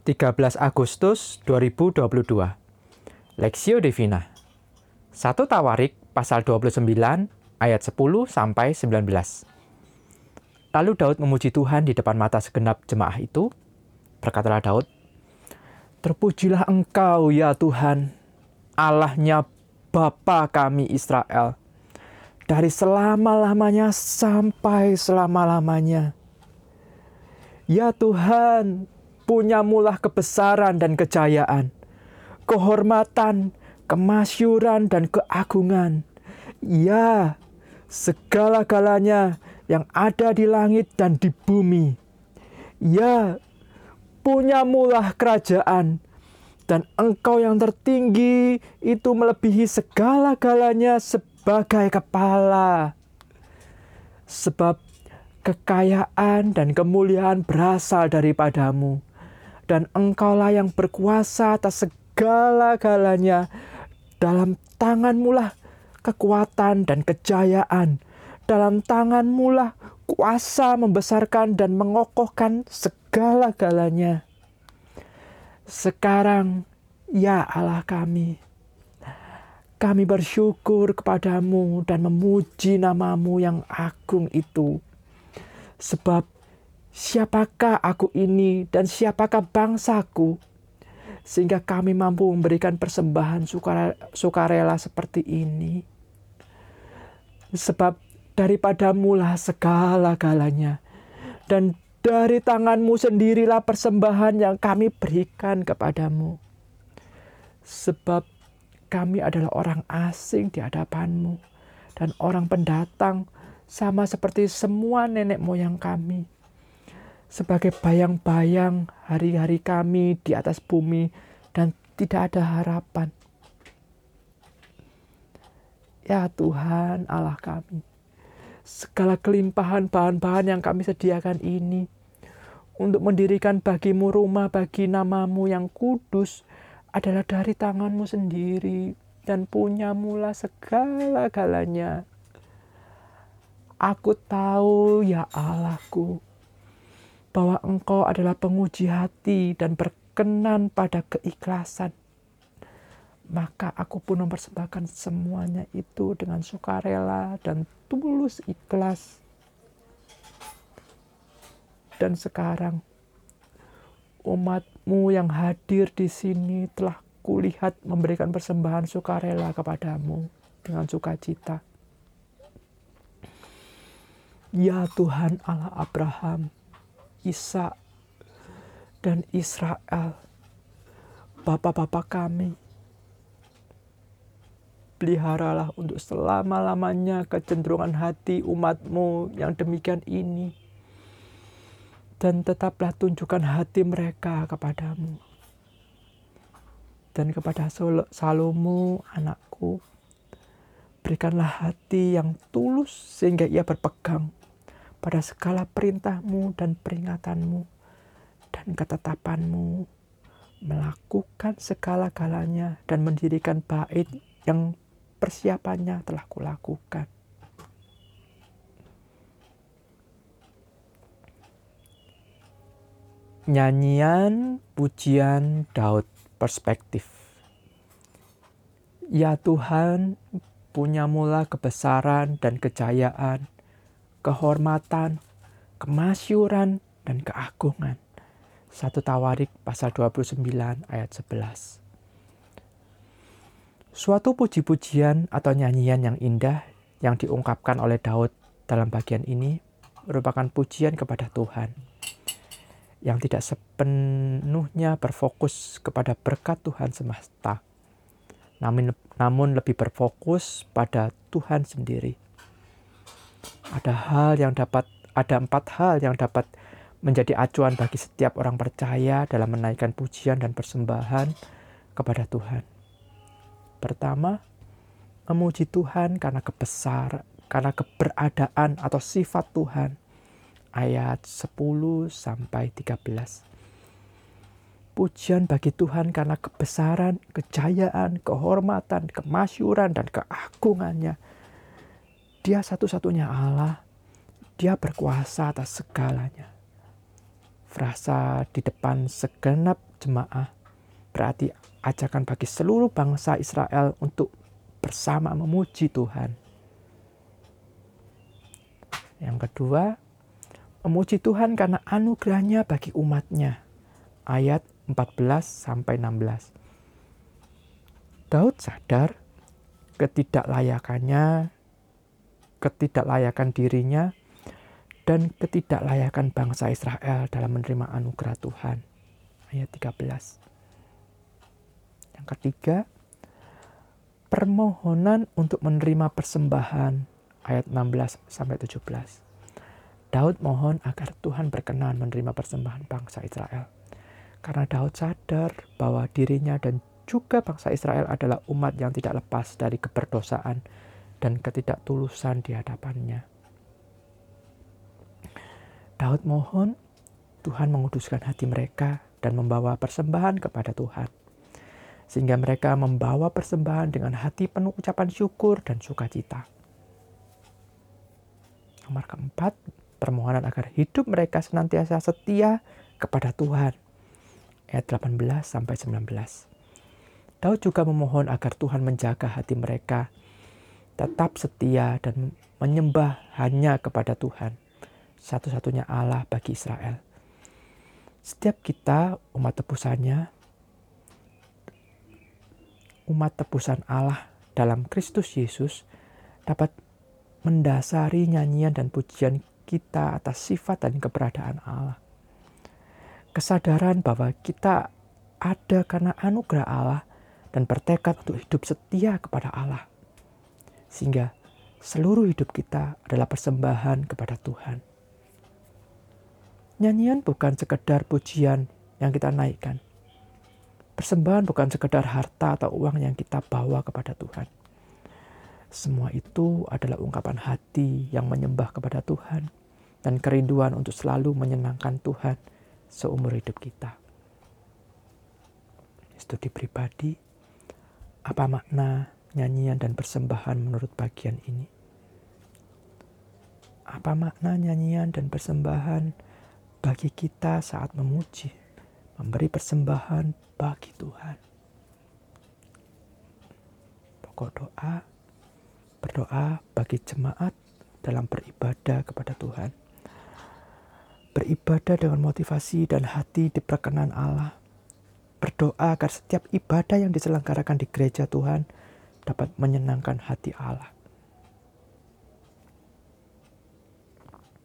13 Agustus 2022. Lexio Divina. 1 Tawarik pasal 29 ayat 10 sampai 19. Lalu Daud memuji Tuhan di depan mata segenap jemaah itu. Berkatalah Daud, "Terpujilah Engkau ya Tuhan, Allahnya Bapa kami Israel, dari selama-lamanya sampai selama-lamanya. Ya Tuhan, punyamulah kebesaran dan kejayaan, kehormatan, kemasyuran, dan keagungan. Ya, segala-galanya yang ada di langit dan di bumi. Ya, punyamulah kerajaan, dan Engkau yang tertinggi itu melebihi segala-galanya sebagai kepala. Sebab kekayaan dan kemuliaan berasal daripadamu, dan Engkaulah yang berkuasa atas segala-galanya. Dalam tanganmulah kekuatan dan kejayaan, dalam tanganmulah kuasa membesarkan dan mengokohkan segala-galanya. Sekarang, ya Allah kami bersyukur kepadamu dan memuji namamu yang agung itu. Sebab siapakah aku ini dan siapakah bangsaku, sehingga kami mampu memberikan persembahan sukarela seperti ini? Sebab daripadamulah segala-galanya, dan dari tanganmu sendirilah persembahan yang kami berikan kepadamu. Sebab kami adalah orang asing di hadapanmu, dan orang pendatang, sama seperti semua nenek moyang kami. Sebagai bayang-bayang hari-hari kami di atas bumi, dan tidak ada harapan. Ya Tuhan Allah kami, segala kelimpahan bahan-bahan yang kami sediakan ini untuk mendirikan bagimu rumah bagi namamu yang kudus adalah dari tanganmu sendiri, dan punyamulah segala-galanya. Aku tahu ya Allahku, bahwa Engkau adalah penguji hati dan berkenan pada keikhlasan. Maka aku pun mempersembahkan semuanya itu dengan sukarela dan tulus ikhlas. Dan sekarang, umat-Mu yang hadir di sini telah kulihat memberikan persembahan sukarela kepadamu dengan sukacita. Ya Tuhan Allah Abraham, Ishak, dan Israel, Bapa-bapa kami, peliharalah untuk selama-lamanya kecenderungan hati umat-Mu yang demikian ini, dan tetaplah tunjukkan hati mereka kepadamu. Dan kepada Salomo anakku, berikanlah hati yang tulus sehingga ia berpegang pada segala perintah-Mu dan peringatan-Mu dan ketetapan-Mu, melakukan segala-galanya dan mendirikan bait yang persiapannya telah kulakukan. Nyanyian pujian Daud perspektif. Ya Tuhan, punyamulah kebesaran dan kejayaan, kehormatan, kemasyuran, dan keagungan. 1 Tawarik pasal 29 ayat 11. Suatu puji-pujian atau nyanyian yang indah yang diungkapkan oleh Daud dalam bagian ini merupakan pujian kepada Tuhan yang tidak sepenuhnya berfokus kepada berkat Tuhan semesta, namun lebih berfokus pada Tuhan sendiri. Ada 4 hal yang dapat menjadi acuan bagi setiap orang percaya dalam menaikkan pujian dan persembahan kepada Tuhan. Pertama, memuji Tuhan karena keberadaan atau sifat Tuhan. Ayat 10 sampai 13. Pujian bagi Tuhan karena kebesaran, kejayaan, kehormatan, kemasyuran, dan keagungannya. Dia satu-satunya Allah. Dia berkuasa atas segalanya. frasa di depan segenap jemaah berarti ajakan bagi seluruh bangsa Israel untuk bersama memuji Tuhan. Yang kedua, memuji Tuhan karena anugerahnya bagi umatnya. Ayat 14-16. Daud sadar ketidaklayakan dirinya dan ketidaklayakan bangsa Israel dalam menerima anugerah Tuhan. Ayat 13. Yang ketiga, permohonan untuk menerima persembahan. Ayat 16-17. Daud mohon agar Tuhan berkenan menerima persembahan bangsa Israel. Karena Daud sadar bahwa dirinya dan juga bangsa Israel adalah umat yang tidak lepas dari keberdosaan dan ketidaktulusan di hadapannya. Daud mohon Tuhan menguduskan hati mereka dan membawa persembahan kepada Tuhan. Sehingga mereka membawa persembahan dengan hati penuh ucapan syukur dan sukacita. Nomor keempat, permohonan agar hidup mereka senantiasa setia kepada Tuhan. Ayat 18-19. Daud juga memohon agar Tuhan menjaga hati mereka tetap setia dan menyembah hanya kepada Tuhan, satu-satunya Allah bagi Israel. Setiap kita umat tebusan Allah dalam Kristus Yesus dapat mendasari nyanyian dan pujian kita atas sifat dan keberadaan Allah. Kesadaran bahwa kita ada karena anugerah Allah dan bertekad untuk hidup setia kepada Allah. Sehingga seluruh hidup kita adalah persembahan kepada Tuhan. Nyanyian bukan sekedar pujian yang kita naikkan. Persembahan bukan sekedar harta atau uang yang kita bawa kepada Tuhan. Semua itu adalah ungkapan hati yang menyembah kepada Tuhan dan kerinduan untuk selalu menyenangkan Tuhan seumur hidup kita. Studi pribadi, apa makna nyanyian dan persembahan menurut bagian ini? Apa makna nyanyian dan persembahan bagi kita saat memuji, memberi persembahan bagi Tuhan? Pokok doa, berdoa bagi jemaat dalam beribadah kepada Tuhan. Beribadah dengan motivasi dan hati diperkenan Allah. Berdoa agar setiap ibadah yang diselenggarakan di gereja Tuhan dapat menyenangkan hati Allah.